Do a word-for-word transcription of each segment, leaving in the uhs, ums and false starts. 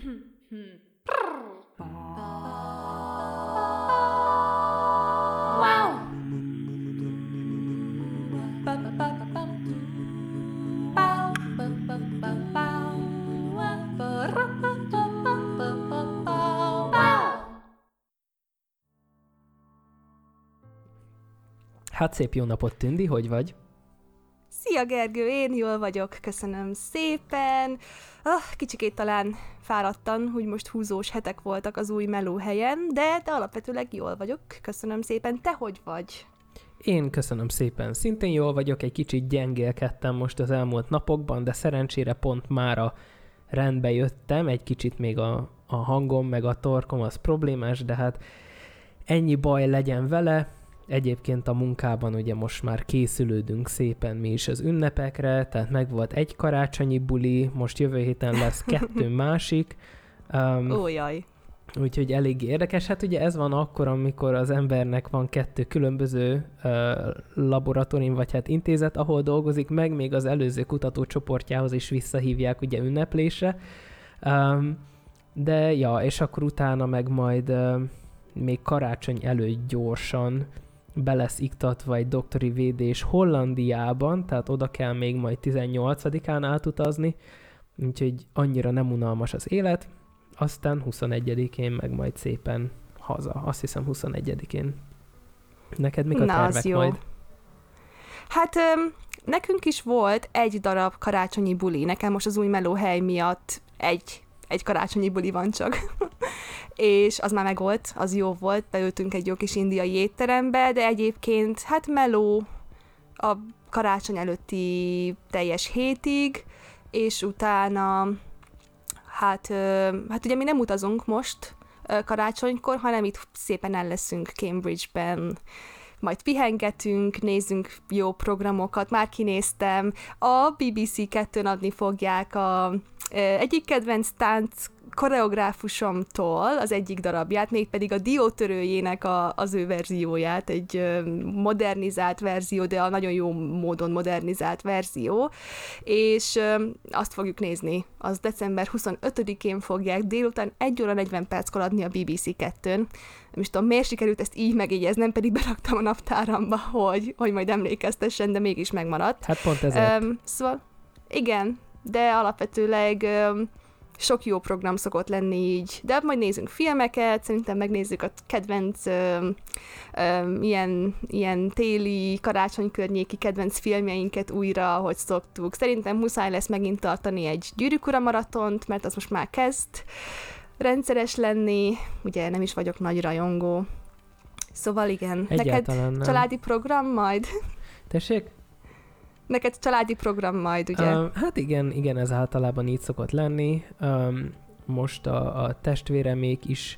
Hát szép jó napot, Tündi, hogy vagy? Szia Gergő, én jól vagyok, köszönöm szépen. Ah, kicsikét talán fáradtan, hogy most húzós hetek voltak az új melóhelyen, de, de alapvetőleg jól vagyok, köszönöm szépen. Te hogy vagy? Én köszönöm szépen, szintén jól vagyok, egy kicsit gyengélkedtem most az elmúlt napokban, de szerencsére pont mára rendbe jöttem, egy kicsit még a, a hangom meg a torkom az problémás, de hát ennyi baj legyen vele. Egyébként a munkában ugye most már készülődünk szépen mi is az ünnepekre, tehát meg volt egy karácsonyi buli, most jövő héten lesz kettő másik. Um, Ó, jaj. Úgyhogy elég érdekes. Hát ugye ez van akkor, amikor az embernek van kettő különböző uh, laboratórium, vagy hát intézet, ahol dolgozik, meg még az előző kutatócsoportjához is visszahívják ugye ünneplésre. Um, de ja, és akkor utána meg majd uh, még karácsony előtt gyorsan be lesz iktatva egy doktori védés Hollandiában, tehát oda kell még majd tizennyolcadikán átutazni, úgyhogy annyira nem unalmas az élet, aztán huszonegyedikén meg majd szépen haza, azt hiszem huszonegyedikén. Neked mik a Na, tervek majd? Hát öm, nekünk is volt egy darab karácsonyi buli, nekem most az új melóhely miatt egy, egy karácsonyi buli van csak. És az már megolt, az jó volt, beültünk egy jó kis indiai étterembe, de egyébként hát meló a karácsony előtti teljes hétig, és utána hát, hát ugye mi nem utazunk most karácsonykor, hanem itt szépen el leszünk Cambridge-ben, majd pihengetünk, nézzünk jó programokat, már kinéztem, a bé bé cé kettőn adni fogják a egyik kedvenc tánc koreográfusomtól az egyik darabját, mégpedig a Diótörőjének a, az ő verzióját, egy modernizált verzió, de a nagyon jó módon modernizált verzió, és azt fogjuk nézni. Az december huszonötödikén fogják délután egy óra negyven perckor adni a bé bé cé kettőn. Nem is tudom, miért sikerült ezt így megjegyeznem, pedig beraktam a naptáramba, hogy, hogy majd emlékeztessen, de mégis megmaradt. Hát pont ezért. Um, szóval igen, de alapvetőleg um, sok jó program szokott lenni így, de majd nézzünk filmeket, szerintem megnézzük a kedvenc ö, ö, ilyen, ilyen téli, karácsony környéki kedvenc filmjeinket újra, ahogy szoktuk. Szerintem muszáj lesz megint tartani egy Gyűrűk Ura maratont, mert az most már kezd rendszeres lenni, ugye nem is vagyok nagy rajongó. Szóval igen, Egyáltalán neked nem. Családi program majd? Tessék? Neked családi program majd, ugye? Uh, hát igen, igen, ez általában így szokott lenni. Um, most a, a testvéremék is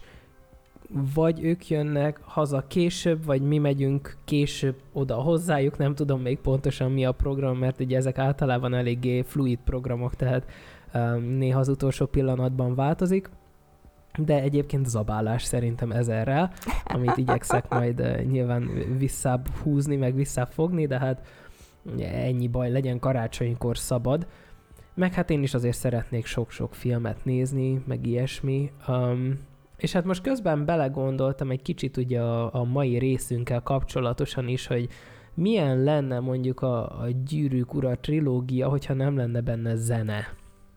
vagy ők jönnek haza később, vagy mi megyünk később oda hozzájuk, nem tudom még pontosan mi a program, mert ugye ezek általában eléggé fluid programok, tehát um, néha az utolsó pillanatban változik, de egyébként zabálás szerintem ezerrel, amit igyekszek majd uh, nyilván visszább húzni, meg visszább fogni, de hát ennyi baj, legyen karácsonykor szabad. Meg hát én is azért szeretnék sok-sok filmet nézni, meg ilyesmi. Um, és hát most közben belegondoltam egy kicsit ugye a, a mai részünkkel kapcsolatosan is, hogy milyen lenne mondjuk a, a Gyűrűk Ura trilógia, hogyha nem lenne benne zene.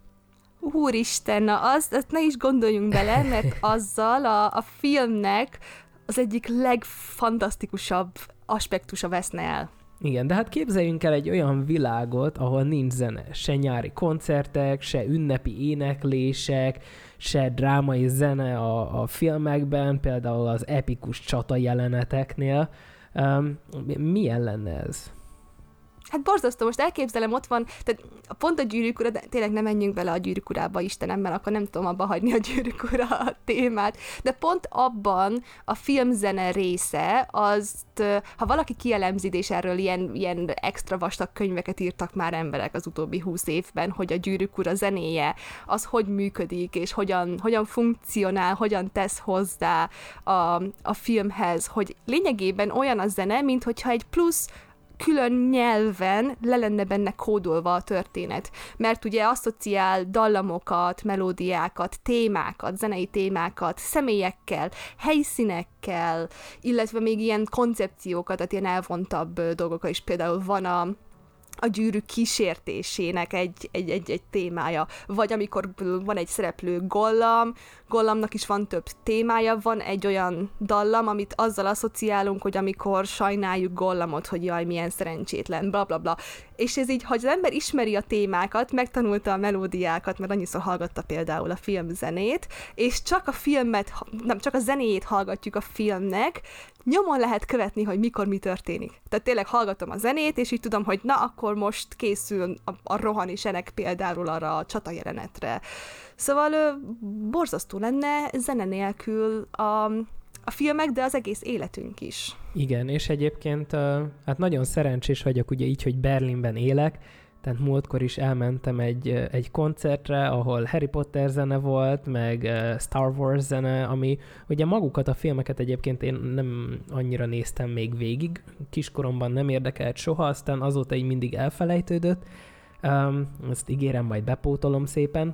Úristen, na azt, azt ne is gondoljunk bele, mert azzal a, a filmnek az egyik legfantasztikusabb aspektusa veszne el. Igen, de hát képzeljünk el egy olyan világot, ahol nincs zene. Se nyári koncertek, se ünnepi éneklések, se drámai zene a, a filmekben, például az epikus csata jeleneteknél. Um, milyen lenne ez? Hát borzasztó, most elképzelem, ott van, tehát pont a Gyűrűk Ura, de tényleg nem menjünk bele a Gyűrűk Urába, Istenem, mert akkor nem tudom abba hagyni a Gyűrűk Ura a témát, de pont abban a filmzene része, azt, ha valaki kielemzi, és erről ilyen, ilyen extra vastag könyveket írtak már emberek az utóbbi húsz évben, hogy a Gyűrűk Ura zenéje, az hogy működik, és hogyan, hogyan funkcionál, hogyan tesz hozzá a, a filmhez, hogy lényegében olyan a zene, mint hogyha egy plusz külön nyelven le lenne benne kódolva a történet. Mert ugye asszociál dallamokat, melódiákat, témákat, zenei témákat, személyekkel, helyszínekkel, illetve még ilyen koncepciókat, tehát ilyen elvontabb dolgokkal is. Például van a a gyűrű kísértésének egy, egy, egy, egy témája, vagy amikor van egy szereplő Gollam, Gollamnak is van több témája, van egy olyan dallam, amit azzal asszociálunk, hogy amikor sajnáljuk Gollamot, hogy jaj, milyen szerencsétlen, bla bla bla. És ez így, hogy az ember ismeri a témákat, megtanulta a melódiákat, mert annyiszor hallgatta például a filmzenét, és csak a filmet, nem, csak a zenéjét hallgatjuk a filmnek, nyomon lehet követni, hogy mikor mi történik. Tehát tényleg hallgatom a zenét, és így tudom, hogy na, akkor most készül a, a rohani senek például arra a csatajelenetre. Szóval ö, borzasztó lenne zene nélkül a, a filmek, de az egész életünk is. Igen, és egyébként hát nagyon szerencsés vagyok ugye így, hogy Berlinben élek, tehát múltkor is elmentem egy, egy koncertre, ahol Harry Potter zene volt, meg Star Wars zene, ami ugye magukat a filmeket egyébként én nem annyira néztem még végig, kiskoromban nem érdekelt soha, aztán azóta így mindig elfelejtődött, um, ezt ígérem, majd bepótolom szépen,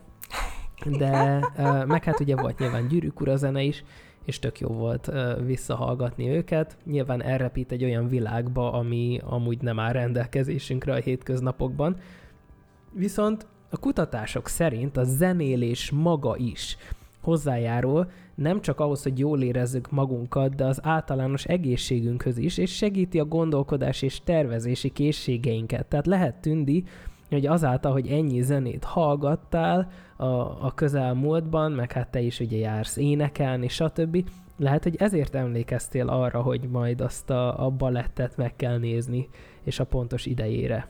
de uh, meg hát ugye volt nyilván Gyűrűk ura zene is, és tök jó volt uh, visszahallgatni őket. Nyilván elrepít egy olyan világba, ami amúgy nem áll rendelkezésünkre a hétköznapokban. Viszont a kutatások szerint a zenélés maga is hozzájárul nem csak ahhoz, hogy jól érezzük magunkat, de az általános egészségünkhöz is, és segíti a gondolkodás és tervezési készségeinket. Tehát lehet tűnni, hogy azáltal, hogy ennyi zenét hallgattál a, a közelmúltban, meg hát te is ugye jársz énekelni, stb. Lehet, hogy ezért emlékeztél arra, hogy majd azt a, a balettet meg kell nézni, és a pontos idejére.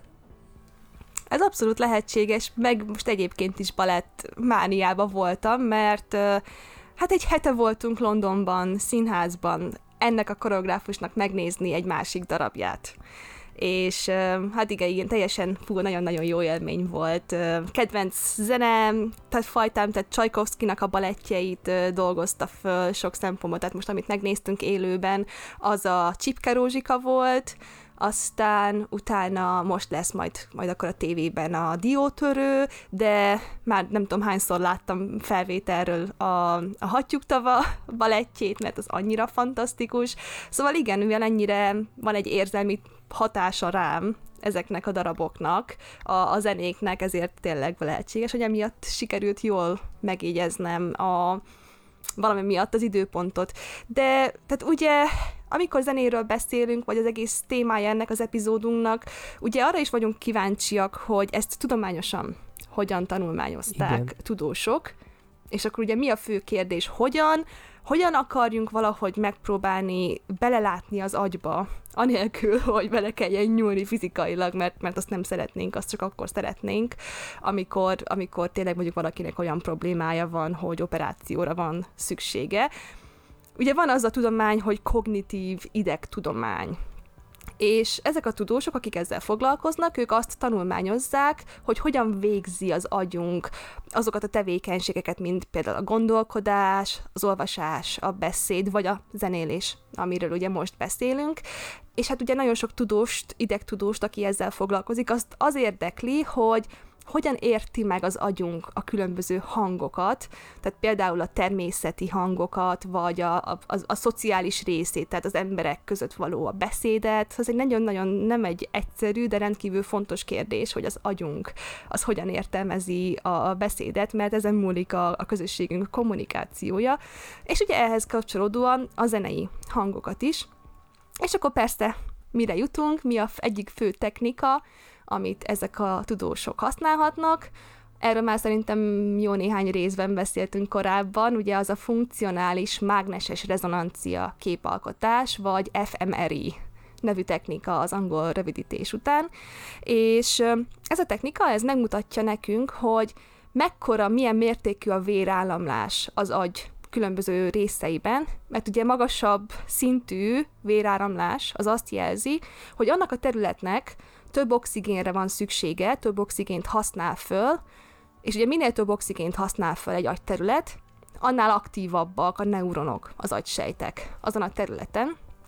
Ez abszolút lehetséges, meg most egyébként is balett mániában voltam, mert hát egy hete voltunk Londonban, színházban, ennek a koreográfusnak megnézni egy másik darabját. És hát igen, igen, teljesen fú, nagyon-nagyon jó élmény volt. Kedvenc zene, tehát fajtám, tehát Csajkovszkinak a balettjeit dolgozta föl sok szempontból, tehát most amit megnéztünk élőben, az a Csipke Rózsika volt, aztán utána most lesz majd, majd akkor a tévében a Diótörő, de már nem tudom hányszor láttam felvételről a, a Hattyúktava balettjét, mert az annyira fantasztikus. Szóval igen, mivel ennyire van egy érzelmi hatása rám ezeknek a daraboknak, a, a zenéknek, ezért tényleg lehetséges, hogy emiatt sikerült jól megjegyeznem a valami miatt az időpontot. De tehát ugye, amikor zenéről beszélünk, vagy az egész témája ennek az epizódunknak, ugye arra is vagyunk kíváncsiak, hogy ezt tudományosan hogyan tanulmányozták Igen. tudósok, és akkor ugye mi a fő kérdés, hogyan, hogyan akarjunk valahogy megpróbálni belelátni az agyba, anélkül, hogy bele kelljen nyúlni fizikailag, mert, mert azt nem szeretnénk, azt csak akkor szeretnénk, amikor, amikor tényleg mondjuk valakinek olyan problémája van, hogy operációra van szüksége. Ugye van az a tudomány, hogy kognitív idegtudomány. És ezek a tudósok, akik ezzel foglalkoznak, ők azt tanulmányozzák, hogy hogyan végzi az agyunk azokat a tevékenységeket, mint például a gondolkodás, az olvasás, a beszéd, vagy a zenélés, amiről ugye most beszélünk. És hát ugye nagyon sok tudóst, idegtudóst, aki ezzel foglalkozik, azt az érdekli, hogy hogyan érti meg az agyunk a különböző hangokat, tehát például a természeti hangokat, vagy a, a, a, a szociális részét, tehát az emberek között való a beszédet. Ez egy nagyon-nagyon nem egy egyszerű, de rendkívül fontos kérdés, hogy az agyunk az hogyan értelmezi a, a beszédet, mert ezen múlik a, a közösségünk kommunikációja, és ugye ehhez kapcsolódóan a zenei hangokat is. És akkor persze mire jutunk, mi a egyik fő technika, amit ezek a tudósok használhatnak. Erről már szerintem jó néhány részben beszéltünk korábban, ugye az a funkcionális mágneses rezonancia képalkotás, vagy ef em er i nevű technika az angol rövidítés után. És ez a technika, ez megmutatja nekünk, hogy mekkora, milyen mértékű a vérállamlás az agy különböző részeiben, mert ugye magasabb szintű véráramlás az azt jelzi, hogy annak a területnek több oxigénre van szüksége, több oxigént használ föl, és ugye minél több oxigént használ föl egy agyterület, annál aktívabbak a neuronok, az agysejtek azon a területen,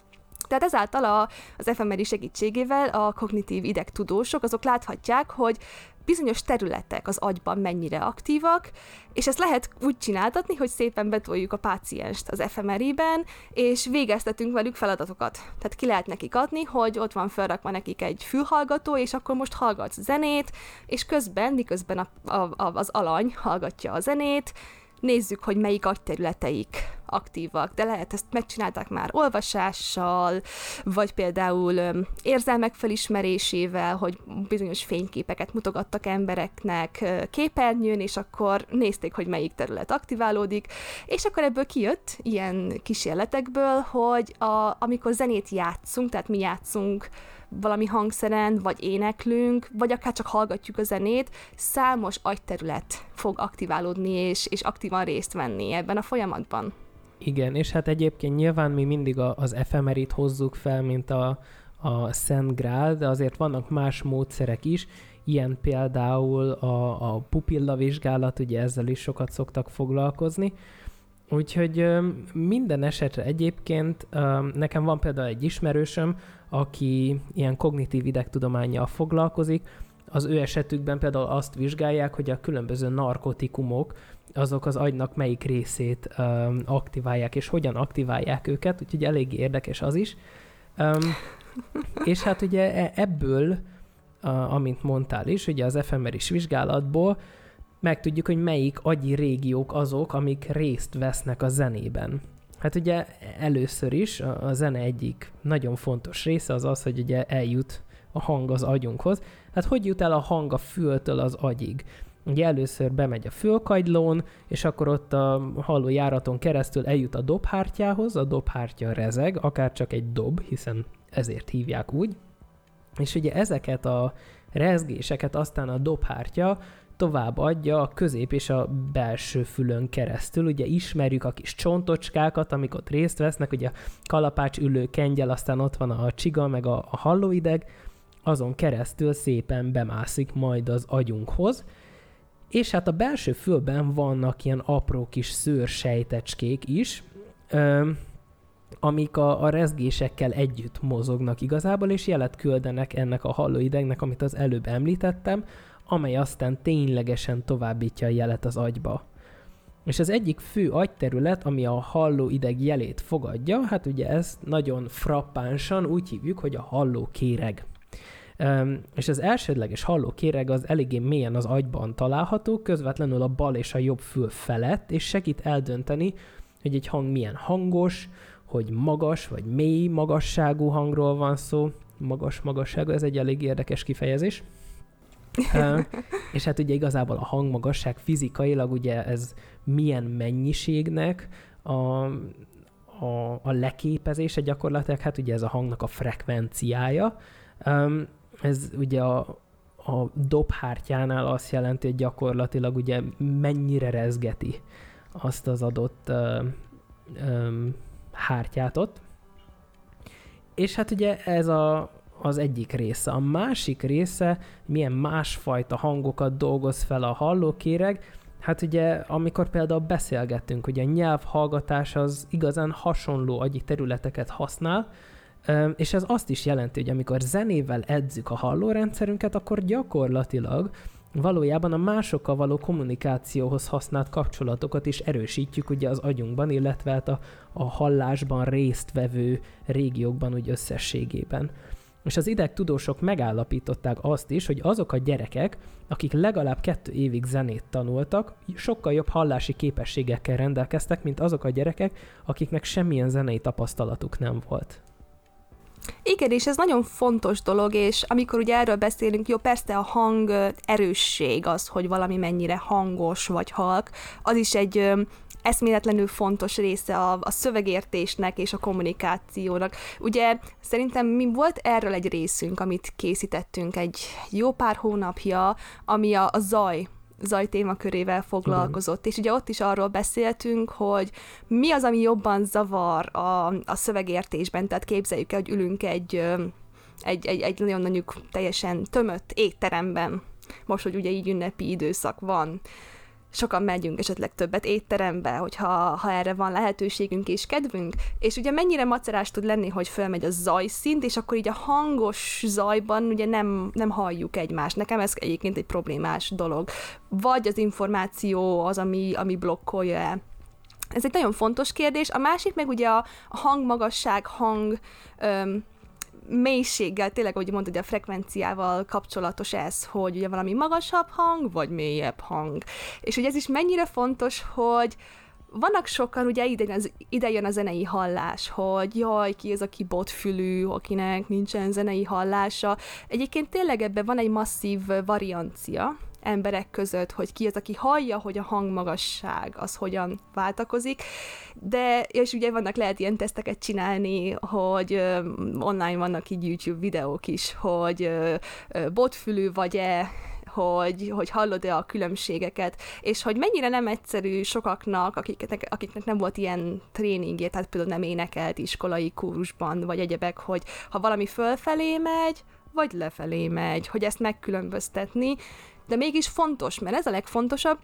Tehát ezáltal a, az ef em er i segítségével a kognitív idegtudósok azok láthatják, hogy bizonyos területek az agyban mennyire aktívak, és ezt lehet úgy csináltatni, hogy szépen betoljuk a pácienst az ef em er i-ben, és végeztetünk velük feladatokat. Tehát ki lehet nekik adni, hogy ott van felrakva nekik egy fülhallgató, és akkor most hallgatsz zenét, és közben, miközben a, a, az alany hallgatja a zenét, nézzük, hogy melyik agyterületeik aktívak, de lehet ezt megcsinálták már olvasással, vagy például öm, érzelmek felismerésével, hogy bizonyos fényképeket mutogattak embereknek ö, képernyőn, és akkor nézték, hogy melyik terület aktiválódik, és akkor ebből kijött ilyen kísérletekből, hogy a, amikor zenét játszunk, tehát mi játszunk valami hangszeren, vagy éneklünk, vagy akár csak hallgatjuk a zenét, számos agyterület fog aktiválódni, és, és aktívan részt venni ebben a folyamatban. Igen, és hát egyébként nyilván mi mindig a, az ef em er i-t hozzuk fel, mint a, a Szent Grál, de azért vannak más módszerek is, ilyen például a, a pupillavizsgálat, ugye ezzel is sokat szoktak foglalkozni. Úgyhogy minden esetre egyébként nekem van például egy ismerősöm, aki ilyen kognitív idegtudománnyal foglalkozik. Az ő esetükben például azt vizsgálják, hogy a különböző narkotikumok azok az agynak melyik részét um, aktiválják, és hogyan aktiválják őket, úgyhogy elég érdekes az is. Um, és hát ugye ebből, uh, amint mondtál is, ugye az ef em er is vizsgálatból megtudjuk, hogy melyik agyi régiók azok, amik részt vesznek a zenében. Hát ugye először is a, a zene egyik nagyon fontos része az az, hogy ugye eljut a hang az agyunkhoz. Hát hogy jut el a hang a fültől az agyig? Ugye először bemegy a fülkagylón, és akkor ott a hallójáraton keresztül eljut a dobhártyához, a dobhártya rezeg, akár csak egy dob, hiszen ezért hívják úgy. És ugye ezeket a rezgéseket aztán a dobhártya tovább adja a közép és a belső fülön keresztül. Ugye ismerjük a kis csontocskákat, amik ott részt vesznek, ugye a kalapács, ülő, kengyel, aztán ott van a csiga, meg a, a hallóideg, azon keresztül szépen bemászik majd az agyunkhoz. És hát a belső fülben vannak ilyen apró kis szőrsejtecskék is, ö, amik a, a rezgésekkel együtt mozognak igazából, és jelet küldenek ennek a hallóidegnek, amit az előbb említettem, amely aztán ténylegesen továbbítja a jelet az agyba. És az egyik fő agyterület, ami a hallóideg jelét fogadja, hát ugye ezt nagyon frappánsan úgy hívjuk, hogy a hallókéreg. Um, és az elsődleges hallókéreg az eléggé mélyen az agyban található, közvetlenül a bal és a jobb fül felett, és segít eldönteni, hogy egy hang milyen hangos, hogy magas vagy mély magasságú hangról van szó. Magas magasságú, ez egy elég érdekes kifejezés. uh, és hát ugye igazából a hangmagasság fizikailag ugye ez milyen mennyiségnek a, a, a leképezése gyakorlatilag, hát ugye ez a hangnak a frekvenciája. Um, ez ugye a, a dobhártyánál azt jelenti, hogy gyakorlatilag ugye mennyire rezgeti azt az adott uh, um, hártyát ott. És hát ugye ez a, az egyik része. A másik része, milyen másfajta hangokat dolgoz fel a hallókéreg, hát ugye amikor például beszélgettünk, ugye a nyelvhallgatás az igazán hasonló agyi területeket használ, és ez azt is jelenti, hogy amikor zenével edzük a hallórendszerünket, akkor gyakorlatilag valójában a másokkal való kommunikációhoz használt kapcsolatokat is erősítjük ugye az agyunkban, illetve hát a, a hallásban résztvevő régiókban úgy összességében. És az idegtudósok megállapították azt is, hogy azok a gyerekek, akik legalább kettő évig zenét tanultak, sokkal jobb hallási képességekkel rendelkeztek, mint azok a gyerekek, akiknek semmilyen zenei tapasztalatuk nem volt. Igen, és ez nagyon fontos dolog, és amikor ugye erről beszélünk, jó, persze a hang erősség az, hogy valami mennyire hangos vagy halk, az is egy ö, eszméletlenül fontos része a, a szövegértésnek és a kommunikációnak. Ugye szerintem mi volt erről egy részünk, amit készítettünk egy jó pár hónapja, ami a, a zaj, zaj témakörével foglalkozott, uh-huh. és ugye ott is arról beszéltünk, hogy mi az, ami jobban zavar a, a szövegértésben, tehát képzeljük el, hogy ülünk egy, egy, egy, egy nagyon mondjuk teljesen tömött étteremben, most, hogy ugye így ünnepi időszak van, sokan megyünk esetleg többet étterembe, hogyha ha erre van lehetőségünk és kedvünk, és ugye mennyire macerás tud lenni, hogy fölmegy a zajszint, és akkor így a hangos zajban ugye nem, nem halljuk egymást. Nekem ez egyébként egy problémás dolog. Vagy az információ az, ami, ami blokkolja el. Ez egy nagyon fontos kérdés. A másik meg ugye a, a hangmagasság, hang öm, mélységgel, tényleg, ahogy mondod, hogy a frekvenciával kapcsolatos ez, hogy ugye valami magasabb hang, vagy mélyebb hang. És ugye ez is mennyire fontos, hogy vannak sokan, ugye ide, az, ide jön a zenei hallás, hogy jaj, ki az, aki botfülű, akinek nincsen zenei hallása. Egyébként tényleg ebben van egy masszív variancia emberek között, hogy ki az, aki hallja, hogy a hangmagasság az hogyan váltakozik, de, és ugye vannak, lehet ilyen teszteket csinálni, hogy ö, online vannak így YouTube videók is, hogy ö, ö, botfülű vagy-e, hogy, hogy hallod-e a különbségeket, és hogy mennyire nem egyszerű sokaknak, akiknek, akiknek nem volt ilyen tréningje, tehát például nem énekelt iskolai kórusban, vagy egyebek, hogy ha valami fölfelé megy, vagy lefelé megy, hogy ezt megkülönböztetni, de mégis fontos, mert ez a legfontosabb.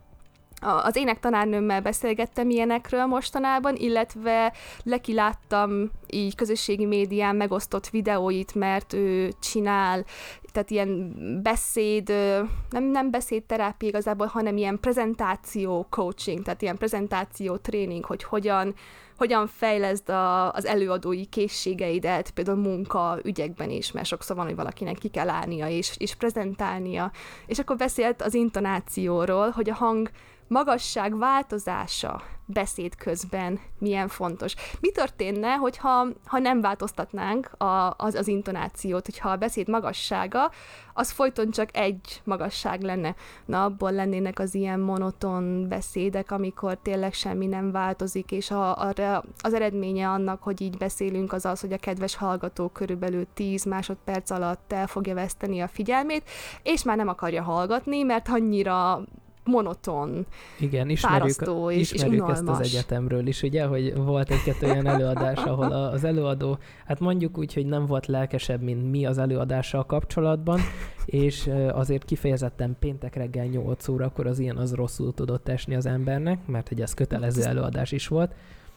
Az énektanárnőmmel beszélgettem ilyenekről mostanában, illetve lekiláttam így közösségi médián megosztott videóit, mert ő csinál, tehát ilyen beszéd, nem, nem beszédterápia igazából, hanem ilyen prezentáció coaching, tehát ilyen prezentáció tréning, hogy hogyan, hogyan fejleszd a, az előadói készségeidet, például munka ügyekben is, mert sokszor van, hogy valakinek ki kell állnia és, és prezentálnia. És akkor beszélt az intonációról, hogy a hang magasság változása beszéd közben milyen fontos. Mi történne, hogyha ha nem változtatnánk a, az, az intonációt, hogyha a beszéd magassága, az folyton csak egy magasság lenne. Na, abból lennének az ilyen monoton beszédek, amikor tényleg semmi nem változik, és a, a, az eredménye annak, hogy így beszélünk, az az, hogy a kedves hallgató körülbelül tíz másodperc alatt el fogja veszteni a figyelmét, és már nem akarja hallgatni, mert annyira monoton, igen, ismerjük, és, ismerjük és ezt az egyetemről is, ugye, hogy volt egy-kettő olyan előadás, ahol az előadó, hát mondjuk úgy, hogy nem volt lelkesebb, mint mi az előadással kapcsolatban, és azért kifejezetten péntek reggel nyolc órakor az ilyen az rosszul tudott esni az embernek, mert hogy ez kötelező előadás is volt.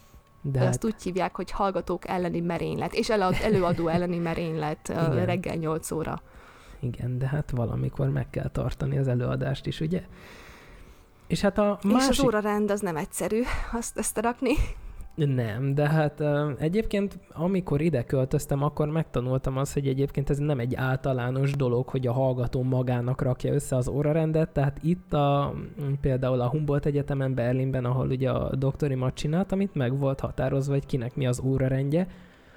De hát... Ezt úgy hívják, hogy hallgatók elleni merénylet, és előadó elleni merénylet reggel nyolc óra. Igen, de hát valamikor meg kell tartani az előadást is, ugye? És hát a másik... És az órarend az nem egyszerű, azt összerakni. Nem, de hát uh, egyébként amikor ide költöztem, akkor megtanultam azt, hogy egyébként ez nem egy általános dolog, hogy a hallgató magának rakja össze az órarendet, tehát itt a, például a Humboldt Egyetemen Berlinben, ahol ugye a doktorimat csináltam, itt meg volt határozva, hogy kinek mi az órarendje.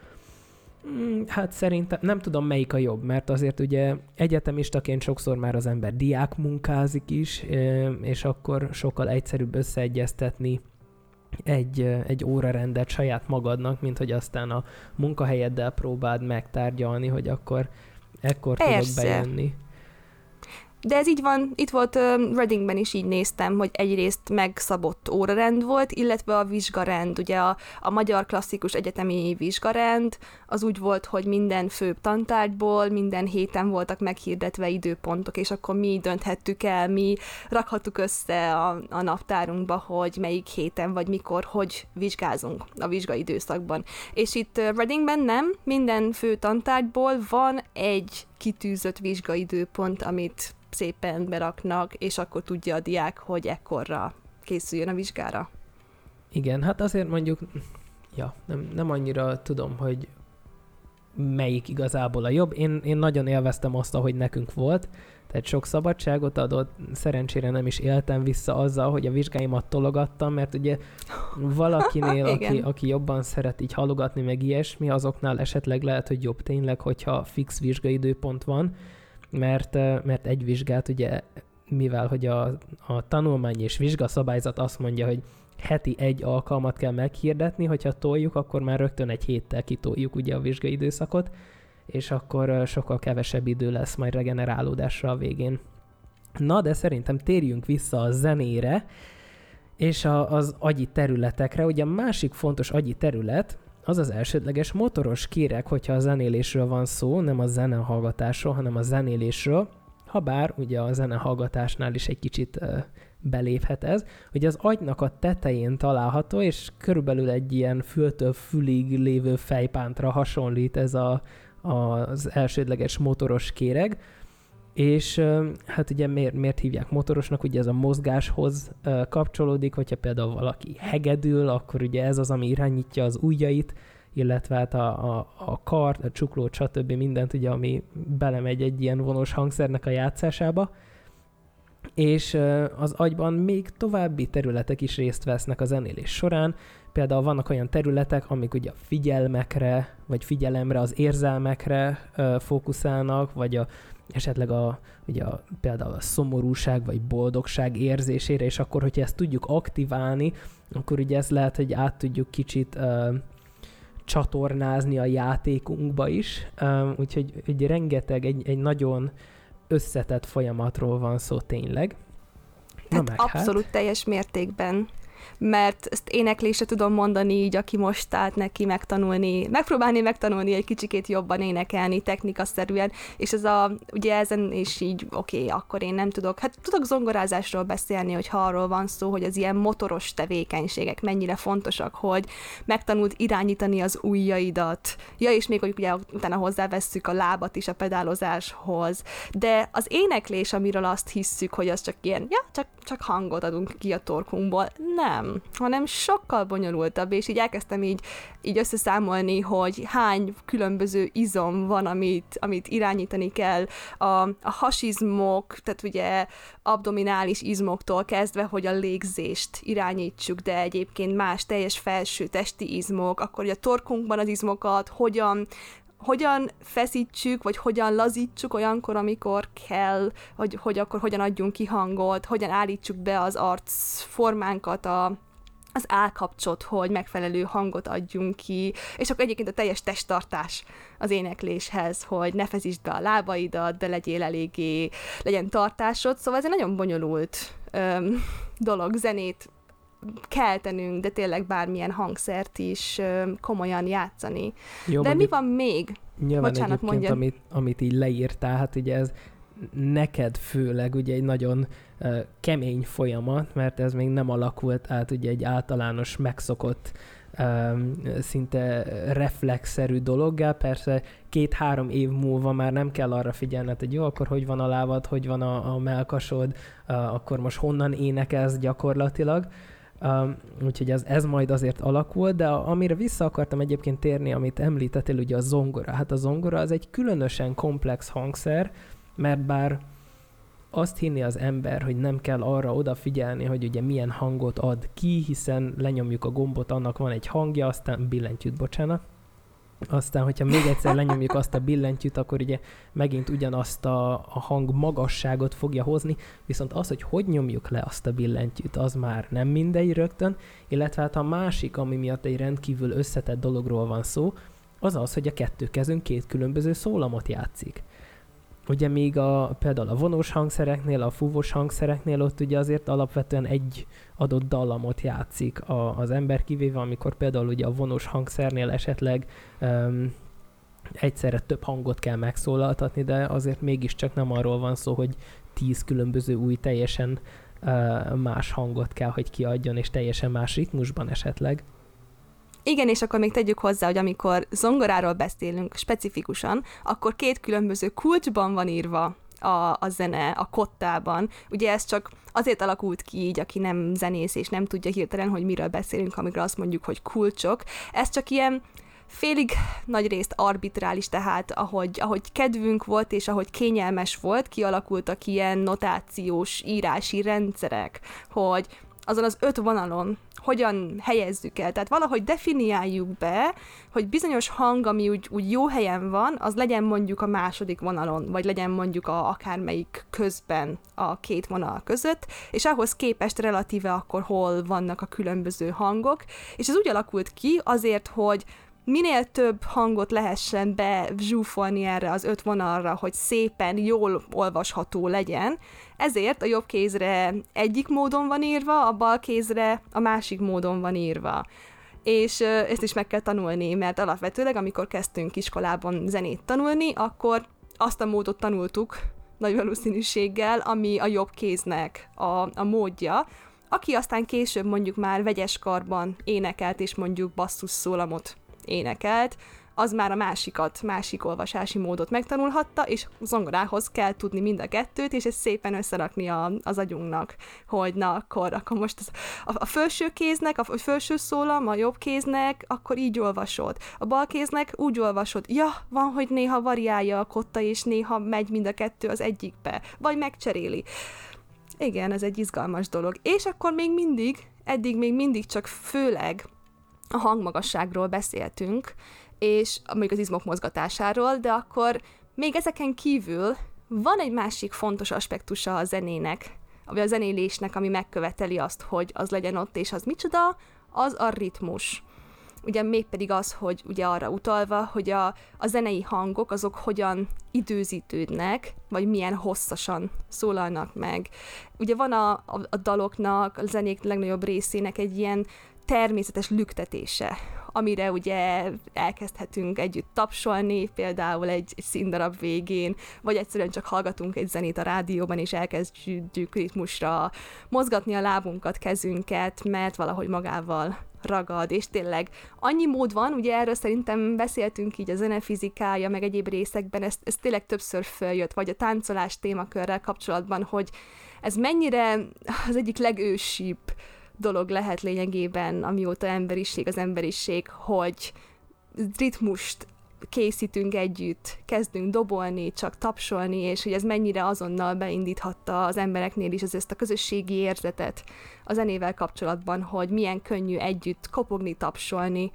Hát szerintem nem tudom, melyik a jobb, mert azért ugye egyetemistaként sokszor már az ember diák munkázik is, és akkor sokkal egyszerűbb összeegyeztetni egy, egy órarendet saját magadnak, mint hogy aztán a munkahelyeddel próbáld megtárgyalni, hogy akkor ekkor Persze. tudok bejönni. De ez így van, itt volt uh, Readingben is így néztem, hogy egyrészt megszabott órarend volt, illetve a vizsgarend, ugye a, a magyar klasszikus egyetemi vizsgarend, az úgy volt, hogy minden főbb tantárgyból minden héten voltak meghirdetve időpontok, és akkor mi dönthettük el, mi rakhattuk össze a, a naptárunkba, hogy melyik héten vagy mikor, hogy vizsgázunk a vizsgaidőszakban. És itt uh, Readingben nem, minden fő tantárgyból van egy kitűzött vizsgaidőpont, amit szépen beraknak, és akkor tudja a diák, hogy ekkorra készüljön a vizsgára. Igen, hát azért mondjuk, ja, nem, nem annyira tudom, hogy melyik igazából a jobb. Én, én nagyon élveztem azt, ahogy nekünk volt, tehát sok szabadságot adott, szerencsére nem is éltem vissza azzal, hogy a vizsgáimat tologattam, mert ugye valakinél, aki, aki jobban szeret így halogatni, meg ilyesmi, azoknál esetleg lehet, hogy jobb tényleg, hogyha fix vizsgaidőpont van, mert, mert egy vizsgát ugye, mivel hogy a, a tanulmány és vizsgaszabályzat azt mondja, hogy heti egy alkalmat kell meghirdetni, hogyha toljuk, akkor már rögtön egy héttel kitoljuk ugye a vizsgaidőszakot, és akkor sokkal kevesebb idő lesz majd regenerálódásra a végén. Na, de szerintem térjünk vissza a zenére, és a, az agyi területekre. Ugye a másik fontos agyi terület, az az elsődleges motoros kéreg, hogyha a zenélésről van szó, nem a zenehallgatásról, hanem a zenélésről. Habár ugye a zenehallgatásnál is egy kicsit uh, beléphet ez. Ugye az agynak a tetején található, és körülbelül egy ilyen fültől fülig lévő fejpántra hasonlít ez a, a, az elsődleges motoros kéreg, és hát ugye miért, miért hívják motorosnak, ugye ez a mozgáshoz kapcsolódik, hogyha például valaki hegedül, akkor ugye ez az, ami irányítja az ujjait, illetve hát a, a, a kart, a csuklót, stb. Mindent, ugye, ami belemegy egy ilyen vonós hangszernek a játszásába, és az agyban még további területek is részt vesznek a zenélés során. Például vannak olyan területek, amik ugye a figyelmekre, vagy figyelemre, az érzelmekre fókuszálnak, vagy a esetleg a, ugye a, például a szomorúság vagy boldogság érzésére, és akkor, hogyha ezt tudjuk aktiválni, akkor ugye ezt lehet, hogy át tudjuk kicsit uh, csatornázni a játékunkba is. Uh, úgyhogy ugye rengeteg, egy, egy nagyon összetett folyamatról van szó tényleg. Na meg abszolút hát. Teljes mértékben. Mert ezt éneklésre tudom mondani így, aki most állt neki megtanulni, megpróbálni megtanulni egy kicsikét jobban énekelni technikaszerűen, és ez a, ugye ezen is így, oké, okay, akkor én nem tudok, hát tudok zongorázásról beszélni, hogy ha arról van szó, hogy az ilyen motoros tevékenységek mennyire fontosak, hogy megtanult irányítani az ujjaidat, ja, és még hogy ugye utána hozzávesszük a lábat is a pedálozáshoz, de az éneklés, amiről azt hisszük, hogy az csak ilyen, ja, csak, csak hangot adunk ki a torkunkból, nem, hanem sokkal bonyolultabb, és így elkezdtem így, így összeszámolni, hogy hány különböző izom van, amit, amit irányítani kell, a, a hasizmok, tehát ugye abdominális izmoktól kezdve, hogy a légzést irányítsuk, de egyébként más teljes felső testi izmok, akkor ugye a torkunkban az izmokat hogyan hogyan feszítsük, vagy hogyan lazítsuk olyankor, amikor kell, hogy, hogy akkor hogyan adjunk ki hangot, hogyan állítsuk be az arcformánkat, a, az állkapcsot, hogy megfelelő hangot adjunk ki, és akkor egyébként a teljes testtartás az énekléshez, hogy ne feszítsd be a lábaidat, de legyél eléggé, legyen tartásod, szóval ez egy nagyon bonyolult öm, dolog, zenét keltenünk, de tényleg bármilyen hangszert is ö, komolyan játszani. Jó, de mi van még? Nyilván Bocsánat, egyébként, amit, amit így leírtál, hát ugye ez neked főleg ugye egy nagyon uh, kemény folyamat, mert ez még nem alakult át ugye egy általános megszokott um, szinte reflexzerű dologgá. Persze két-három év múlva már nem kell arra figyelned, hogy jó, akkor hogy van a lábad, hogy van a, a mellkasod, uh, akkor most honnan énekelsz gyakorlatilag. Um, úgyhogy ez, ez majd azért alakul, de a, amire vissza akartam egyébként térni, amit említettél, ugye a zongora. Hát a zongora az egy különösen komplex hangszer, mert bár azt hinni az ember, hogy nem kell arra odafigyelni, hogy ugye milyen hangot ad ki, hiszen lenyomjuk a gombot, annak van egy hangja, aztán billentyűt, bocsánat. Aztán, hogyha még egyszer lenyomjuk azt a billentyűt, akkor ugye megint ugyanazt a, a hang magasságot fogja hozni, viszont az, hogy hogy nyomjuk le azt a billentyűt, az már nem mindegy rögtön, illetve hát a másik, ami miatt egy rendkívül összetett dologról van szó, az az, hogy a kettő kezünk két különböző szólamot játszik. Ugye még a, például a vonós hangszereknél, a fúvós hangszereknél ott ugye azért alapvetően egy adott dallamot játszik a, az ember, kivéve amikor például ugye a vonós hangszernél esetleg um, egyszerre több hangot kell megszólaltatni, de azért mégiscsak nem arról van szó, hogy tíz különböző új teljesen uh, más hangot kell, hogy kiadjon, és teljesen más ritmusban esetleg. Igen, és akkor még tegyük hozzá, hogy amikor zongoráról beszélünk specifikusan, akkor két különböző kulcsban van írva a, a zene, a kottában. Ugye ez csak azért alakult ki így, aki nem zenész, és nem tudja hirtelen, hogy miről beszélünk, amikor azt mondjuk, hogy kulcsok. Ez csak ilyen félig nagy részt arbitrális, tehát ahogy, ahogy kedvünk volt, és ahogy kényelmes volt, kialakultak ilyen notációs írási rendszerek, hogy azon az öt vonalon hogyan helyezzük el. Tehát valahogy definiáljuk be, hogy bizonyos hang, ami úgy, úgy jó helyen van, az legyen mondjuk a második vonalon, vagy legyen mondjuk a, akármelyik közben a két vonal között, és ahhoz képest relatíve akkor hol vannak a különböző hangok. És ez úgy alakult ki azért, hogy minél több hangot lehessen bezsúfolni erre az öt vonalra, hogy szépen, jól olvasható legyen, ezért a jobb kézre egyik módon van írva, a bal kézre a másik módon van írva. És ezt is meg kell tanulni, mert alapvetőleg, amikor kezdtünk iskolában zenét tanulni, akkor azt a módot tanultuk nagy valószínűséggel, ami a jobb kéznek a, a módja, aki aztán később mondjuk már vegyes karban énekelt, és mondjuk basszusszólamot énekelt, az már a másikat, másik olvasási módot megtanulhatta, és zongorához kell tudni mind a kettőt, és ezt szépen összerakni a, az agyunknak, hogy na, akkor, akkor most az, a, a felső kéznek, a felső szólam, a jobb kéznek, akkor így olvasod. A bal kéznek úgy olvasod. Ja, van, hogy néha variálja a kotta, és néha megy mind a kettő az egyikbe, vagy megcseréli. Igen, ez egy izgalmas dolog. És akkor még mindig, eddig még mindig csak főleg a hangmagasságról beszéltünk, és mondjuk az izmok mozgatásáról, de akkor még ezeken kívül van egy másik fontos aspektusa a zenének, vagy a zenélésnek, ami megköveteli azt, hogy az legyen ott, és az micsoda, az a ritmus. Ugye mégpedig az, hogy ugye arra utalva, hogy a, a zenei hangok azok hogyan időzítődnek, vagy milyen hosszasan szólalnak meg. Ugye van a, a, a daloknak, a zenék legnagyobb részének egy ilyen természetes lüktetése, amire ugye elkezdhetünk együtt tapsolni, például egy, egy színdarab végén, vagy egyszerűen csak hallgatunk egy zenét a rádióban, és elkezdjük ritmusra mozgatni a lábunkat, kezünket, mert valahogy magával ragad, és tényleg annyi mód van, ugye erről szerintem beszéltünk így a zenefizikája, meg egyéb részekben, ez, ez tényleg többször följött, vagy a táncolás témakörrel kapcsolatban, hogy ez mennyire az egyik legősibb dolog lehet lényegében, amióta emberiség az emberiség, hogy ritmust készítünk együtt, kezdünk dobolni, csak tapsolni, és hogy ez mennyire azonnal beindíthatta az embereknél is az ezt a közösségi érzetet a zenével kapcsolatban, hogy milyen könnyű együtt kopogni, tapsolni.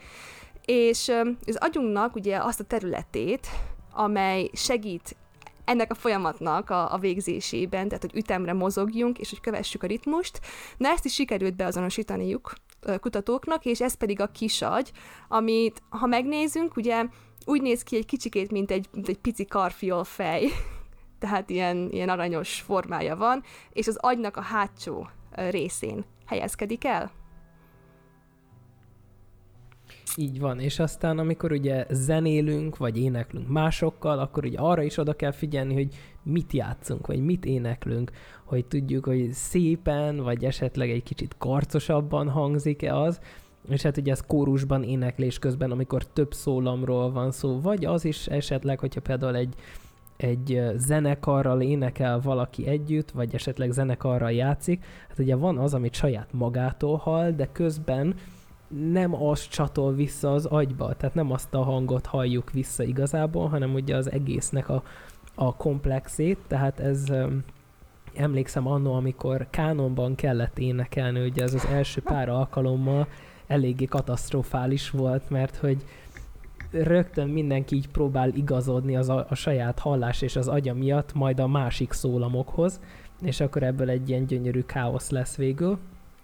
És az agyunknak ugye azt a területét, amely segít ennek a folyamatnak a, a végzésében, tehát hogy ütemre mozogjunk, és hogy kövessük a ritmust. Na ezt is sikerült beazonosítaniuk kutatóknak, és ez pedig a kisagy, amit ha megnézünk, ugye úgy néz ki egy kicsikét, mint egy, mint egy pici karfiol fej, tehát ilyen, ilyen aranyos formája van, és az agynak a hátsó részén helyezkedik el. Így van, és aztán amikor ugye zenélünk, vagy éneklünk másokkal, akkor ugye arra is oda kell figyelni, hogy mit játszunk, vagy mit éneklünk, hogy tudjuk, hogy szépen, vagy esetleg egy kicsit karcosabban hangzik-e az, és hát ugye ez kórusban éneklés közben, amikor több szólamról van szó, vagy az is esetleg, hogyha például egy, egy zenekarral énekel valaki együtt, vagy esetleg zenekarral játszik, hát ugye van az, amit saját magától hall, de közben nem az csatol vissza az agyba, tehát nem azt a hangot halljuk vissza igazából, hanem ugye az egésznek a, a komplexét, tehát ez emlékszem annó, amikor kánonban kellett énekelni, ugye ez az első pár alkalommal eléggé katasztrofális volt, mert hogy rögtön mindenki így próbál igazodni az a, a saját hallás és az agya miatt, majd a másik szólamokhoz, és akkor ebből egy ilyen gyönyörű káosz lesz végül.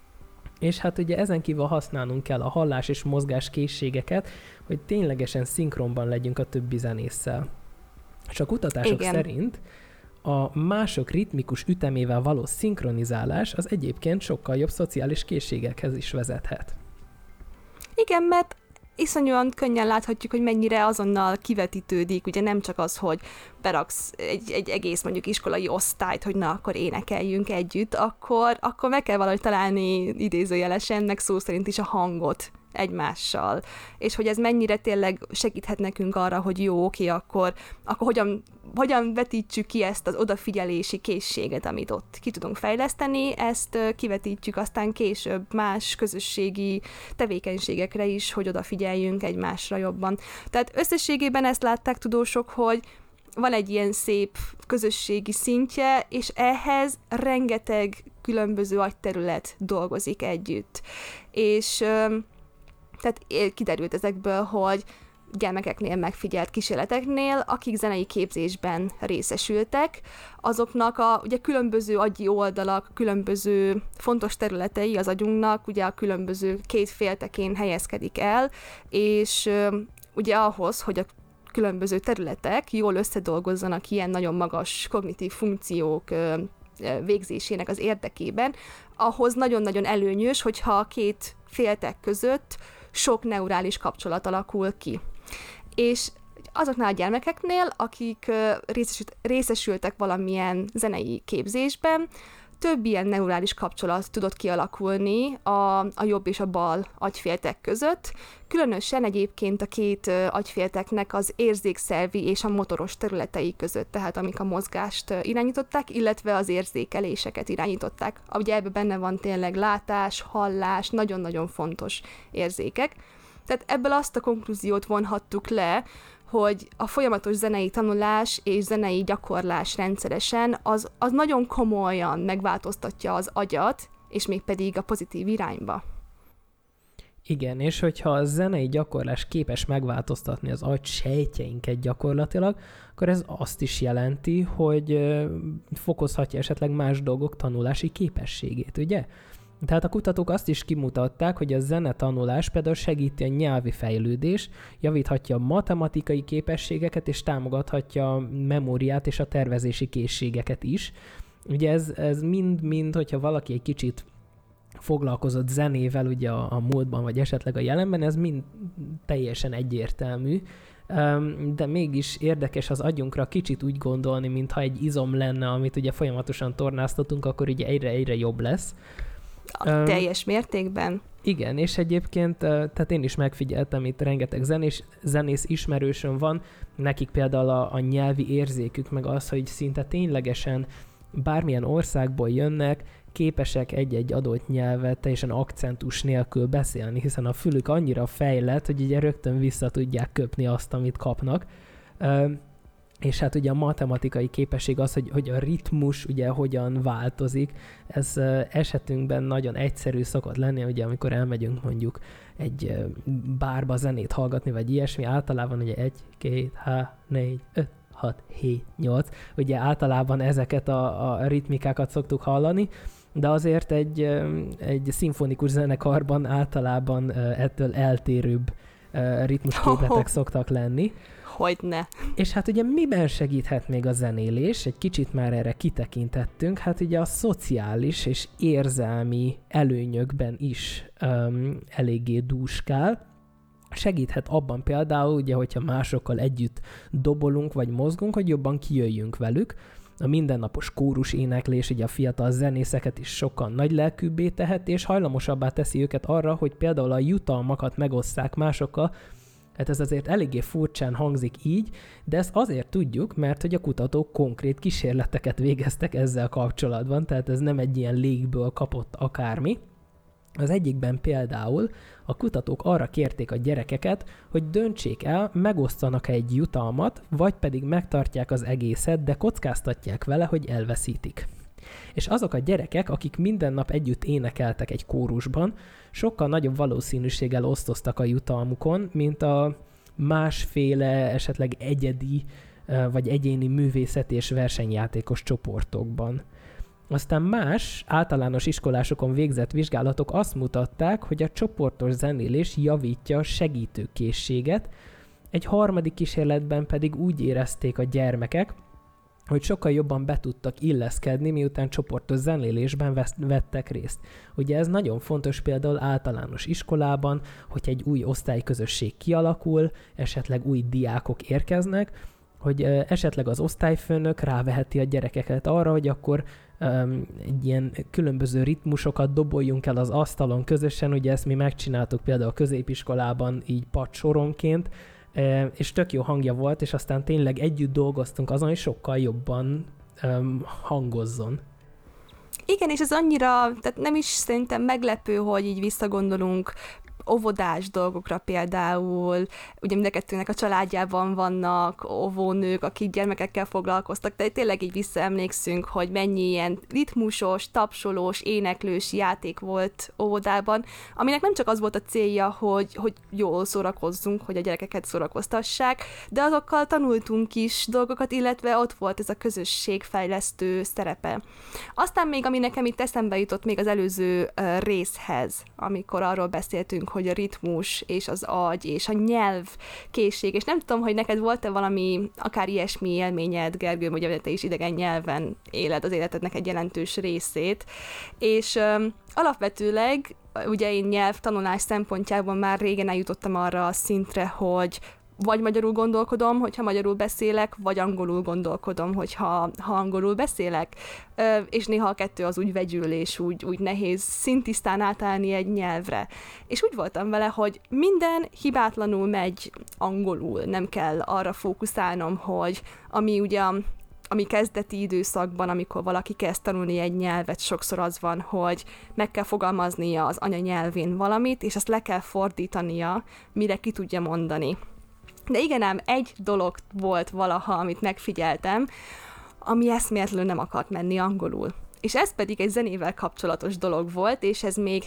És hát ugye ezen kívül használnunk kell a hallás és mozgás készségeket, hogy ténylegesen szinkronban legyünk a többi zenésszel. És a kutatások Igen. szerint a mások ritmikus ütemével való szinkronizálás az egyébként sokkal jobb szociális készségekhez is vezethet. Igen, mert iszonyúan könnyen láthatjuk, hogy mennyire azonnal kivetítődik, ugye nem csak az, hogy beraksz egy, egy egész mondjuk iskolai osztályt, hogy na, akkor énekeljünk együtt, akkor, akkor meg kell valahogy találni idézőjelesen, meg szó szerint is a hangot egymással. És hogy ez mennyire tényleg segíthet nekünk arra, hogy jó, oké, akkor, akkor hogyan, hogyan vetítsük ki ezt az odafigyelési készséget, amit ott ki tudunk fejleszteni, ezt kivetítjük aztán később más közösségi tevékenységekre is, hogy odafigyeljünk egymásra jobban. Tehát összességében ezt látták tudósok, hogy van egy ilyen szép közösségi szintje, és ehhez rengeteg különböző agyterület dolgozik együtt. És tehát kiderült ezekből, hogy gyermekeknél megfigyelt kísérleteknél, akik zenei képzésben részesültek, azoknak a ugye különböző agyi oldalak, különböző fontos területei az agyunknak, ugye a különböző két féltekén helyezkedik el, és ugye ahhoz, hogy a különböző területek jól összedolgozzanak ilyen nagyon magas kognitív funkciók végzésének az érdekében, ahhoz nagyon-nagyon előnyös, hogyha a két féltek között sok neurális kapcsolat alakul ki. És azoknál a gyermekeknél, akik részesült, részesültek valamilyen zenei képzésben, több ilyen neurális kapcsolat tudott kialakulni a, a jobb és a bal agyféltek között, különösen egyébként a két agyfélteknek az érzékszervi és a motoros területei között, tehát amik a mozgást irányították, illetve az érzékeléseket irányították. Ugye ebben benne van tényleg látás, hallás, nagyon-nagyon fontos érzékek. Tehát ebből azt a konklúziót vonhattuk le, hogy a folyamatos zenei tanulás és zenei gyakorlás rendszeresen az, az nagyon komolyan megváltoztatja az agyat, és mégpedig a pozitív irányba. Igen, és hogyha a zenei gyakorlás képes megváltoztatni az agy sejtjeinket gyakorlatilag, akkor ez azt is jelenti, hogy fokozhatja esetleg más dolgok tanulási képességét, ugye? Tehát a kutatók azt is kimutatták, hogy a zenetanulás például segíti a nyelvi fejlődést, javíthatja a matematikai képességeket, és támogathatja a memóriát és a tervezési készségeket is. Ugye ez, ez mind-mind, hogyha valaki egy kicsit foglalkozott zenével ugye a, a múltban, vagy esetleg a jelenben, ez mind teljesen egyértelmű, de mégis érdekes az agyunkra kicsit úgy gondolni, mintha egy izom lenne, amit ugye folyamatosan tornáztatunk, akkor ugye egyre-egyre jobb lesz. A teljes mértékben. Igen, és egyébként, tehát én is megfigyeltem, itt rengeteg zenés, zenész ismerősöm van, nekik például a, a nyelvi érzékük, meg az, hogy szinte ténylegesen bármilyen országból jönnek, képesek egy-egy adott nyelvet teljesen akcentus nélkül beszélni, hiszen a fülük annyira fejlett, hogy ugye rögtön vissza tudják köpni azt, amit kapnak. És hát ugye a matematikai képesség az, hogy, hogy a ritmus ugye hogyan változik, ez esetünkben nagyon egyszerű szokott lenni, ugye amikor elmegyünk mondjuk egy bárba zenét hallgatni, vagy ilyesmi, általában ugye egy, két, há, négy, öt, hat, hét, nyolc, ugye általában ezeket a, a ritmikákat szoktuk hallani, de azért egy, egy szimfonikus zenekarban általában ettől eltérőbb ritmusképletek szoktak lenni. Hogyne. És hát ugye miben segíthet még a zenélés? Egy kicsit már erre kitekintettünk, hát ugye a szociális és érzelmi előnyökben is um, eléggé dúskál. Segíthet abban például, ugye, hogyha másokkal együtt dobolunk vagy mozgunk, hogy jobban kijöjjünk velük. A mindennapos kórus éneklés ugye a fiatal zenészeket is sokkal nagylelkűbbé teheti, és hajlamosabbá teszi őket arra, hogy például a jutalmakat megosszák másokkal. Hát ez azért eléggé furcsán hangzik így, de ezt azért tudjuk, mert hogy a kutatók konkrét kísérleteket végeztek ezzel kapcsolatban, tehát ez nem egy ilyen légből kapott akármi. Az egyikben például a kutatók arra kérték a gyerekeket, hogy döntsék el, megosztanak egy jutalmat, vagy pedig megtartják az egészet, de kockáztatják vele, hogy elveszítik. És azok a gyerekek, akik minden nap együtt énekeltek egy kórusban, sokkal nagyobb valószínűséggel osztoztak a jutalmukon, mint a másféle, esetleg egyedi vagy egyéni művészeti és versenyjátékos csoportokban. Aztán más általános iskolásokon végzett vizsgálatok azt mutatták, hogy a csoportos zenélés javítja a segítőkészséget, egy harmadik kísérletben pedig úgy érezték a gyermekek, hogy sokkal jobban be tudtak illeszkedni, miután csoportos zenélésben vettek részt. Ugye ez nagyon fontos például általános iskolában, hogy egy új osztályközösség kialakul, esetleg új diákok érkeznek, hogy esetleg az osztályfőnök ráveheti a gyerekeket arra, hogy akkor um, egy ilyen különböző ritmusokat doboljunk el az asztalon közösen, ugye ezt mi megcsináltuk például a középiskolában így padsoronként, és tök jó hangja volt, és aztán tényleg együtt dolgoztunk azon, hogy sokkal jobban um, hangozzon. Igen, és ez annyira, tehát nem is szerintem meglepő, hogy így visszagondolunk óvodás dolgokra például, ugye mind a kettőnek a családjában vannak óvónők, akik gyermekekkel foglalkoztak, de tényleg így visszaemlékszünk, hogy mennyi ilyen ritmusos, tapsolós, éneklős játék volt óvodában, aminek nem csak az volt a célja, hogy, hogy jól szórakozzunk, hogy a gyerekeket szórakoztassák, de azokkal tanultunk is dolgokat, illetve ott volt ez a közösségfejlesztő szerepe. Aztán még, ami nekem itt eszembe jutott még az előző uh, részhez, amikor arról beszéltünk, hogy a ritmus és az agy és a nyelv készség, és nem tudom, hogy neked volt-e valami akár ilyesmi élményed, Gergő, hogy te is idegen nyelven éled az életednek egy jelentős részét, és um, alapvetőleg ugye én nyelvtanulás szempontjából már régen eljutottam arra a szintre, hogy vagy magyarul gondolkodom, hogyha magyarul beszélek, vagy angolul gondolkodom, hogyha ha angolul beszélek, Ö, és néha a kettő az úgy vegyül, és úgy, úgy nehéz szintisztán átállni egy nyelvre. És úgy voltam vele, hogy minden hibátlanul megy angolul, nem kell arra fókuszálnom, hogy ami ugye ami kezdeti időszakban, amikor valaki kezd tanulni egy nyelvet, sokszor az van, hogy meg kell fogalmaznia az anyanyelvén valamit, és azt le kell fordítania, mire ki tudja mondani. De igen ám, egy dolog volt valaha, amit megfigyeltem, ami eszméletlenül nem akart menni angolul. És ez pedig egy zenével kapcsolatos dolog volt, és ez még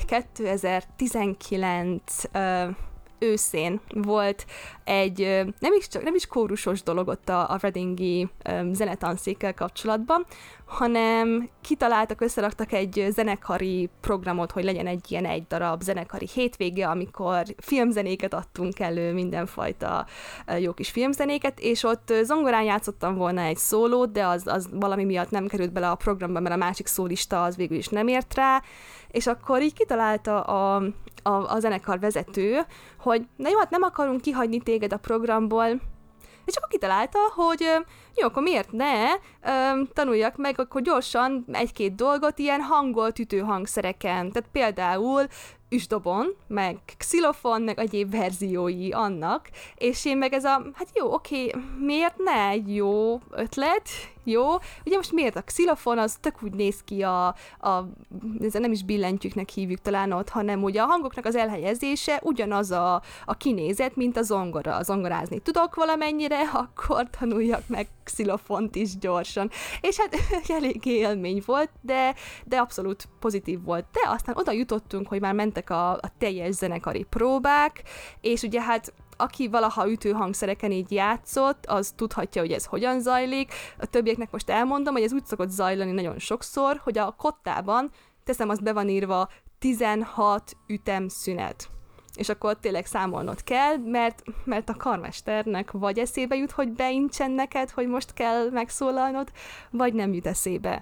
kétezer-tizenkilenc uh, őszén volt egy, nem is, csak, nem is kórusos dolog ott a, a Readingi um, zenetanszékkel kapcsolatban, hanem kitaláltak, összeraktak egy zenekari programot, hogy legyen egy ilyen egy darab zenekari hétvége, amikor filmzenéket adtunk elő, mindenfajta uh, jó kis filmzenéket, és ott zongorán játszottam volna egy szólót, de az, az valami miatt nem került bele a programba, mert a másik szólista az végül is nem ért rá, és akkor így kitalálta a, a, a zenekar vezető, hogy na jó, hát nem akarunk kihagyni téged a programból, és akkor kitalálta, hogy jó, akkor miért ne tanuljak meg akkor gyorsan egy-két dolgot ilyen hangolt ütőhangszereken, tehát például üsdobon, meg xilofon, meg egyéb verziói annak, és én meg ez a, hát jó, oké, miért ne, egy jó ötlet, jó, ugye most miért a xilofon, az tök úgy néz ki a, a nem is billentyűknek hívjuk talán ott, hanem ugye a hangoknak az elhelyezése ugyanaz a, a kinézet, mint a zongora. Zongorázni tudok valamennyire, akkor tanuljak meg xilofont is gyorsan. És hát elég élmény volt, de, de abszolút pozitív volt. De aztán oda jutottunk, hogy már mentek a, a teljes zenekari próbák, és ugye hát aki valaha ütőhangszereken így játszott, az tudhatja, hogy ez hogyan zajlik. A többieknek most elmondom, hogy ez úgy szokott zajlani nagyon sokszor, hogy a kottában, teszem, az be van írva tizenhat ütemszünet. És akkor tényleg számolnod kell, mert, mert a karmesternek vagy eszébe jut, hogy beintsen neked, hogy most kell megszólalnod, vagy nem jut eszébe.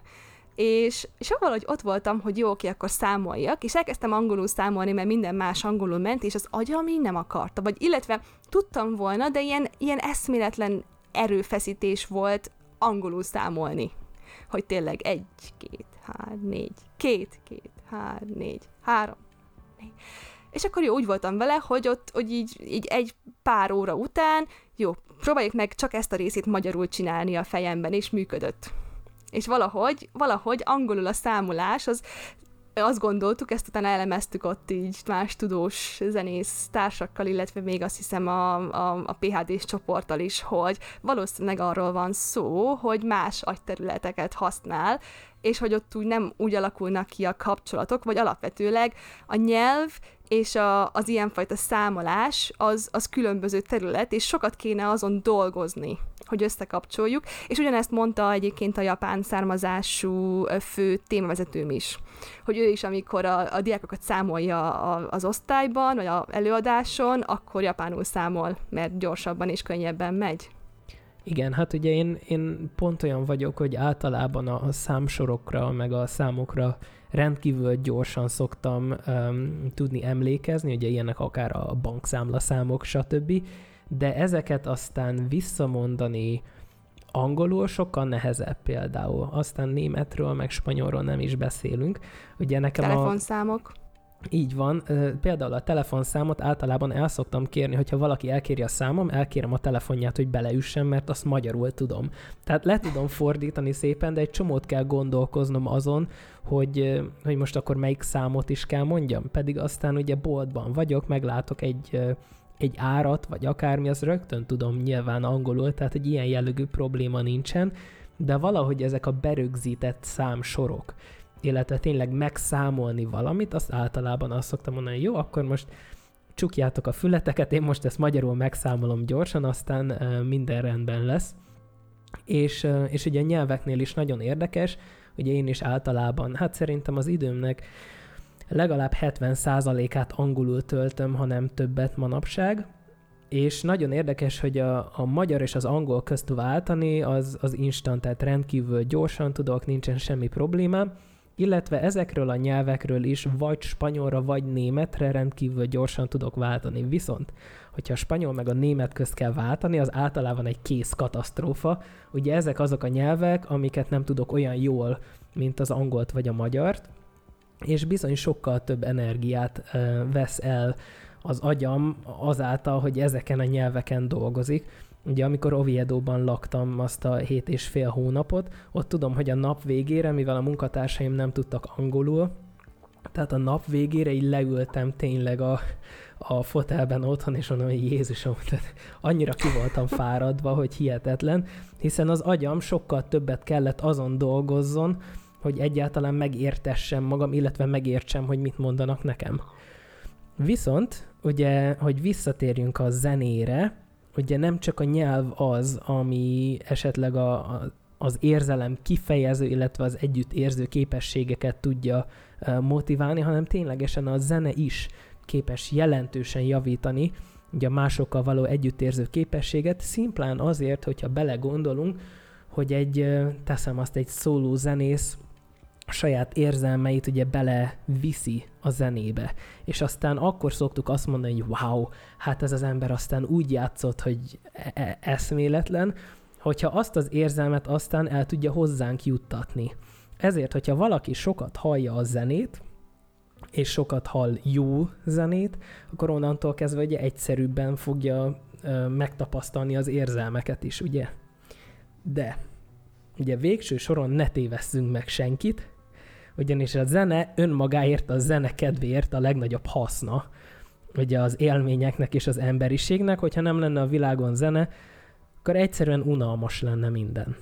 És, és valahogy ott voltam, hogy jó, oké, akkor számoljak, és elkezdtem angolul számolni, mert minden más angolul ment, és az agyam így nem akarta, vagy illetve tudtam volna, de ilyen, ilyen eszméletlen erőfeszítés volt angolul számolni, hogy tényleg egy, két, hár, négy, két, két, hár, négy, három, négy. És akkor jó, úgy voltam vele, hogy ott, hogy így, így egy pár óra után, jó, próbáljuk meg csak ezt a részét magyarul csinálni a fejemben, és működött. És valahogy, valahogy angolul a számolás, az, azt gondoltuk, ezt utána elemeztük ott így más tudós zenész társakkal, illetve még azt hiszem a, a, a pé há dés csoporttal is, hogy valószínűleg arról van szó, hogy más agyterületeket használ, és hogy ott úgy nem úgy alakulnak ki a kapcsolatok, vagy alapvetőleg a nyelv és a, az ilyenfajta számolás az, az különböző terület, és sokat kéne azon dolgozni, hogy összekapcsoljuk, és ugyanezt mondta egyébként a japán származású fő témavezetőm is, hogy ő is, amikor a, a diákokat számolja a, az osztályban, vagy az előadáson, akkor japánul számol, mert gyorsabban és könnyebben megy. Igen, hát ugye én, én pont olyan vagyok, hogy általában a, a számsorokra, meg a számokra rendkívül gyorsan szoktam um, tudni emlékezni, ugye ilyenek akár a bankszámlaszámok, stb., de ezeket aztán visszamondani angolul sokkal nehezebb például. Aztán németről, meg spanyolról nem is beszélünk. Ugye nekem telefonszámok. A... Így van. Például a telefonszámot általában el szoktam kérni, hogyha valaki elkéri a számom, elkérem a telefonját, hogy beleüssem, mert azt magyarul tudom. Tehát le tudom fordítani szépen, de egy csomót kell gondolkoznom azon, hogy, hogy most akkor melyik számot is kell mondjam. Pedig aztán ugye boltban vagyok, meglátok egy, egy árat, vagy akármi, azt rögtön tudom nyilván angolul, tehát egy ilyen jellegű probléma nincsen, de valahogy ezek a berögzített számsorok, illetve tényleg megszámolni valamit, azt általában azt szoktam mondani, hogy jó, akkor most csukjátok a fületeket, én most ezt magyarul megszámolom gyorsan, aztán uh, minden rendben lesz. És, uh, és ugye a nyelveknél is nagyon érdekes, ugye én is általában, hát szerintem az időmnek legalább hetven százalékát angolul töltöm, ha nem többet manapság, és nagyon érdekes, hogy a, a magyar és az angol közt váltani, az, az instant, tehát rendkívül gyorsan tudok, nincsen semmi problémám, illetve ezekről a nyelvekről is vagy spanyolra, vagy németre rendkívül gyorsan tudok váltani. Viszont, hogyha a spanyol meg a német közt kell váltani, az általában egy kész katasztrófa. Ugye ezek azok a nyelvek, amiket nem tudok olyan jól, mint az angolt vagy a magyart, és bizony sokkal több energiát ö, vesz el az agyam azáltal, hogy ezeken a nyelveken dolgozik. Ugye amikor Oviedóban laktam azt a hét és fél hónapot, ott tudom, hogy a nap végére, mivel a munkatársaim nem tudtak angolul, tehát a nap végére így leültem tényleg a, a fotelben otthon, és mondom, hogy Jézusom, tehát annyira ki voltam fáradva, hogy hihetetlen, hiszen az agyam sokkal többet kellett azon dolgozzon, hogy egyáltalán megértessem magam, illetve megértsem, hogy mit mondanak nekem. Viszont, ugye, hogy visszatérjünk a zenére, ugye nem csak a nyelv az, ami esetleg a, a, az érzelem kifejező, illetve az együttérző képességeket tudja uh, motiválni, hanem ténylegesen a zene is képes jelentősen javítani ugye a másokkal való együttérző képességet, szimplán azért, hogyha belegondolunk, hogy egy, uh, teszem azt, egy szóló zenész a saját érzelmeit ugye beleviszi a zenébe. És aztán akkor szoktuk azt mondani, hogy wow, hát ez az ember aztán úgy játszott, hogy e- eszméletlen, hogyha azt az érzelmet aztán el tudja hozzánk juttatni. Ezért, hogyha valaki sokat hallja a zenét, és sokat hall jó zenét, akkor onnantól kezdve ugye egyszerűbben fogja ö, megtapasztalni az érzelmeket is, ugye? De ugye végső soron ne tévesszünk meg senkit, ugyanis a zene önmagáért, a zene kedvéért a legnagyobb haszna ugye az élményeknek és az emberiségnek, hogyha nem lenne a világon zene, akkor egyszerűen unalmas lenne minden.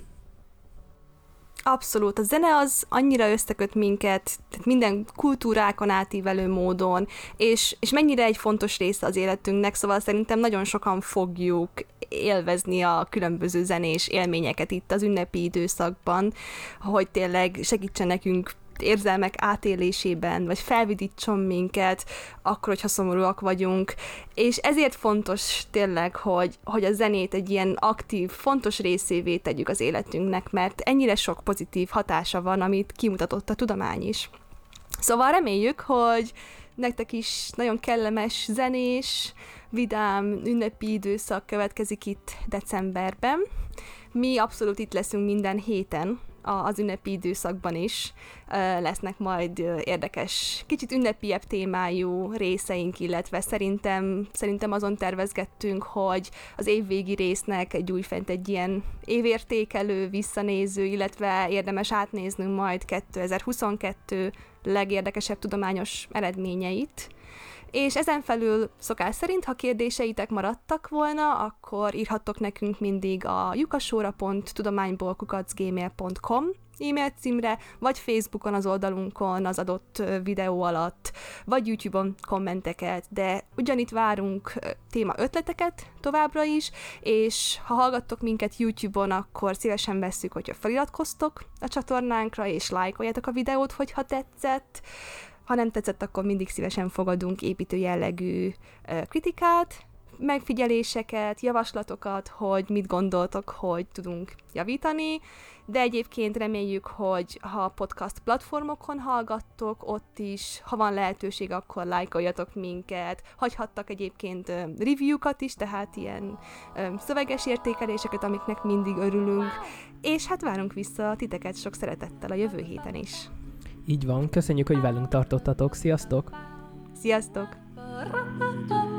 Abszolút. A zene az annyira összeköt minket, tehát minden kultúrákon átívelő módon, és, és mennyire egy fontos része az életünknek, szóval szerintem nagyon sokan fogjuk élvezni a különböző zenés élményeket itt az ünnepi időszakban, hogy tényleg segítsen nekünk érzelmek átélésében, vagy felvidítson minket, akkor, hogyha szomorúak vagyunk. És ezért fontos tényleg, hogy, hogy a zenét egy ilyen aktív, fontos részévé tegyük az életünknek, mert ennyire sok pozitív hatása van, amit kimutatott a tudomány is. Szóval reméljük, hogy nektek is nagyon kellemes zenés, vidám, ünnepi időszak következik itt decemberben. Mi abszolút itt leszünk minden héten, az ünnepi időszakban is lesznek majd érdekes, kicsit ünnepiebb témájú részeink, illetve szerintem, szerintem azon tervezgettünk, hogy az évvégi résznek egy újfent egy ilyen évértékelő, visszanéző, illetve érdemes átnéznünk majd kétezer-huszonkettő legérdekesebb tudományos eredményeit. És ezen felül szokás szerint, ha kérdéseitek maradtak volna, akkor írhattok nekünk mindig a lyukasóra pont tudományból kukac gmail pont com e-mail címre, vagy Facebookon az oldalunkon az adott videó alatt, vagy YouTube-on kommenteket, de ugyanitt várunk téma ötleteket továbbra is, és ha hallgattok minket YouTube-on, akkor szívesen vesszük, hogyha feliratkoztok a csatornánkra, és lájkoljátok a videót, hogyha tetszett. Ha nem tetszett, akkor mindig szívesen fogadunk építő jellegű kritikát, megfigyeléseket, javaslatokat, hogy mit gondoltok, hogy tudunk javítani, de egyébként reméljük, hogy ha podcast platformokon hallgattok, ott is, ha van lehetőség, akkor lájkoljatok minket, hagyhattak egyébként review-kat is, tehát ilyen szöveges értékeléseket, amiknek mindig örülünk, és hát várunk vissza titeket sok szeretettel a jövő héten is. Így van, köszönjük, hogy velünk tartottatok, sziasztok! Sziasztok!